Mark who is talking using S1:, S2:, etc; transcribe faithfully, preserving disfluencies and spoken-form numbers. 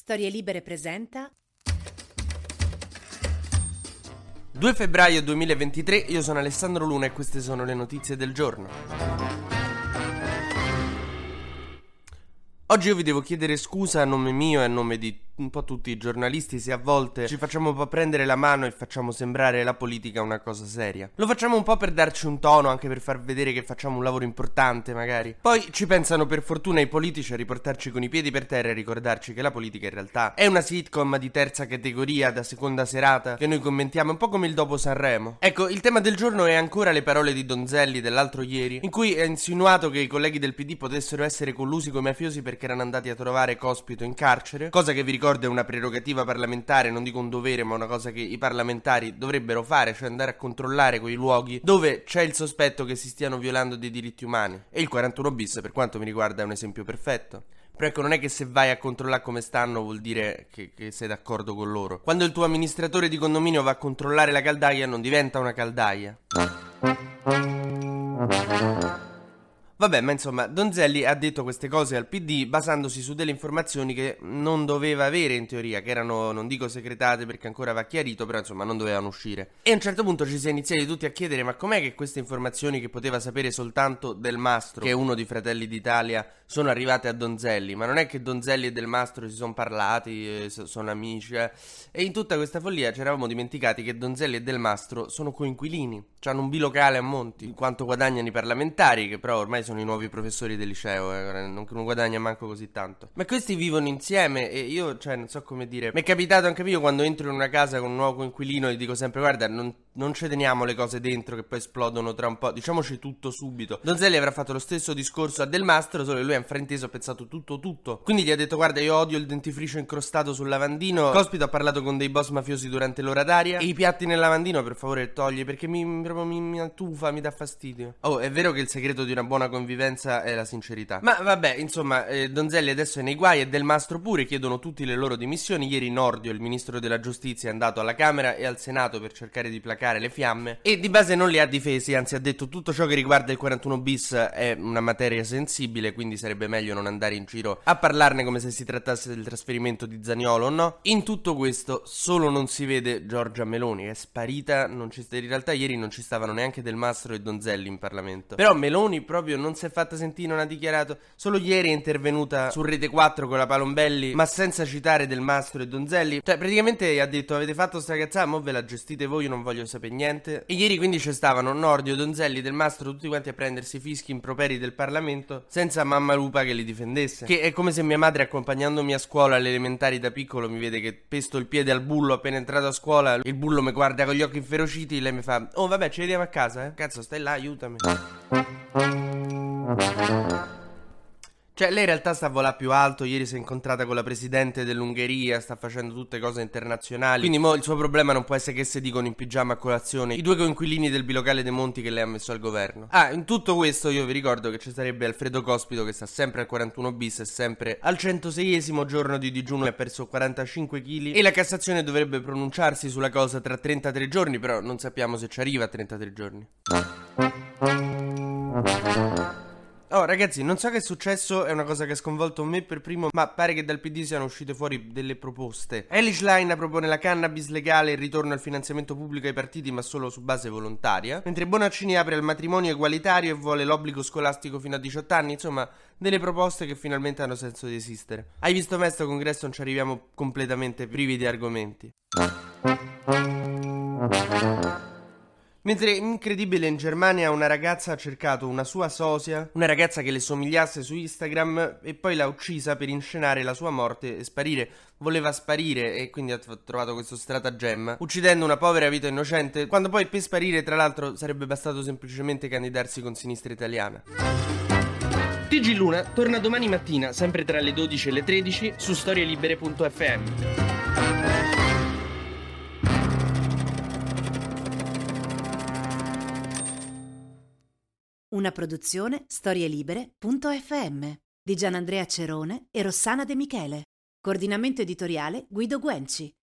S1: Storie Libere presenta
S2: due febbraio duemilaventitré, io sono Alessandro Luna e queste sono le notizie del giorno. Oggi io vi devo chiedere scusa a nome mio e a nome di un po' tutti i giornalisti se a volte ci facciamo un po' prendere la mano e facciamo sembrare la politica una cosa seria. Lo facciamo un po' per darci un tono, anche per far vedere che facciamo un lavoro importante magari. Poi ci pensano per fortuna i politici a riportarci con i piedi per terra e ricordarci che la politica in realtà è una sitcom di terza categoria da seconda serata che noi commentiamo un po' come il dopo Sanremo. Ecco, il tema del giorno è ancora le parole di Donzelli dell'altro ieri, in cui ha insinuato che i colleghi del P D potessero essere collusi con i mafiosi perché erano andati a trovare Cospito in carcere, cosa che vi ricordo è una prerogativa parlamentare, non dico un dovere, ma una cosa che i parlamentari dovrebbero fare, cioè andare a controllare quei luoghi dove c'è il sospetto che si stiano violando dei diritti umani. E il quarantuno bis, per quanto mi riguarda, è un esempio perfetto. Però ecco, non è che se vai a controllare come stanno vuol dire che, che sei d'accordo con loro. Quando il tuo amministratore di condominio va a controllare la caldaia, non diventa una caldaia. Vabbè, ma insomma, Donzelli ha detto queste cose al P D basandosi su delle informazioni che non doveva avere in teoria, che erano, non dico segretate perché ancora va chiarito, però insomma non dovevano uscire. E a un certo punto ci si è iniziati tutti a chiedere: ma com'è che queste informazioni che poteva sapere soltanto Del Mastro, che è uno di Fratelli d'Italia, sono arrivate a Donzelli? Ma non è che Donzelli e Del Mastro si sono parlati, eh, sono amici, eh? E in tutta questa follia ci eravamo dimenticati che Donzelli e Del Mastro sono coinquilini, hanno un bilocale a Monti, in quanto guadagnano i parlamentari, che però ormai sono i nuovi professori del liceo, eh, non, non guadagna manco così tanto. Ma questi vivono insieme e io, cioè, non so come dire. Mi è capitato anche io quando entro in una casa con un nuovo coinquilino e dico sempre: guarda, non, non ci teniamo le cose dentro che poi esplodono tra un po', diciamoci tutto subito. Donzelli avrà fatto lo stesso discorso a Del Mastro, solo che lui ha frainteso, ha pensato tutto tutto. Quindi gli ha detto: guarda, io odio il dentifricio incrostato sul lavandino. Cospito ha parlato con dei boss mafiosi durante l'ora d'aria. E i piatti nel lavandino per favore togli, perché mi, proprio mi, mi attufa, mi dà fastidio. Oh, è vero che il segreto di una buona convivenza è la sincerità. Ma vabbè, insomma, eh, Donzelli adesso è nei guai e Del Mastro pure, chiedono tutti le loro dimissioni. Ieri Nordio, il ministro della giustizia, è andato alla Camera e al Senato per cercare di placare le fiamme e di base non li ha difesi, anzi ha detto tutto ciò che riguarda il quarantuno bis è una materia sensibile, quindi sarebbe meglio non andare in giro a parlarne come se si trattasse del trasferimento di Zaniolo, no? In tutto questo solo non si vede Giorgia Meloni, è sparita, non ci sta, in realtà ieri non ci stavano neanche Del Mastro e Donzelli in Parlamento. Però Meloni proprio non si è fatta sentire, non ha dichiarato. Solo ieri è intervenuta su Rete quattro con la Palombelli, ma senza citare Del Mastro e Donzelli. Cioè praticamente ha detto: avete fatto sta cazzata, mo ve la gestite voi, io non voglio sapere niente. E ieri quindi ci stavano Nordio, Donzelli, Del Mastro, tutti quanti a prendersi fischi improperi del Parlamento senza mamma lupa che li difendesse. Che è come se mia madre, accompagnandomi a scuola alle elementari da piccolo, mi vede che pesto il piede al bullo appena entrato a scuola, il bullo mi guarda con gli occhi inferociti, lei mi fa: oh vabbè, ci vediamo a casa, eh? Cazzo, stai là, aiutami. Cioè lei in realtà sta a volare più alto. Ieri si è incontrata con la presidente dell'Ungheria, sta facendo tutte cose internazionali. Quindi mo il suo problema non può essere che se dicono in pigiama a colazione i due coinquilini del bilocale dei Monti che lei ha messo al governo. Ah, in tutto questo io vi ricordo che ci sarebbe Alfredo Cospito che sta sempre al quarantuno bis e sempre al centoseiesimo giorno di digiuno e ha perso quarantacinque chili e la Cassazione dovrebbe pronunciarsi sulla cosa tra trentatré giorni, però non sappiamo se ci arriva a trentatré giorni. Oh ragazzi, non so che è successo, è una cosa che ha sconvolto me per primo, ma pare che dal P D siano uscite fuori delle proposte. Elly Schlein propone la cannabis legale e il ritorno al finanziamento pubblico ai partiti, ma solo su base volontaria, mentre Bonaccini apre al matrimonio egualitario e vuole l'obbligo scolastico fino a diciotto anni. Insomma, delle proposte che finalmente hanno senso di esistere. Hai visto me, sto congresso non ci arriviamo completamente privi di argomenti. Mentre incredibile, in Germania una ragazza ha cercato una sua sosia, una ragazza che le somigliasse su Instagram, e poi l'ha uccisa per inscenare la sua morte e sparire. Voleva sparire e quindi ha trovato questo stratagemma, uccidendo una povera vita innocente, quando poi per sparire tra l'altro sarebbe bastato semplicemente candidarsi con Sinistra Italiana. T G Luna torna domani mattina, sempre tra le dodici e le tredici, su storielibere punto effe emme.
S1: Una produzione storielibere punto effe emme di Gianandrea Cerone e Rossana De Michele. Coordinamento editoriale Guido Guenci.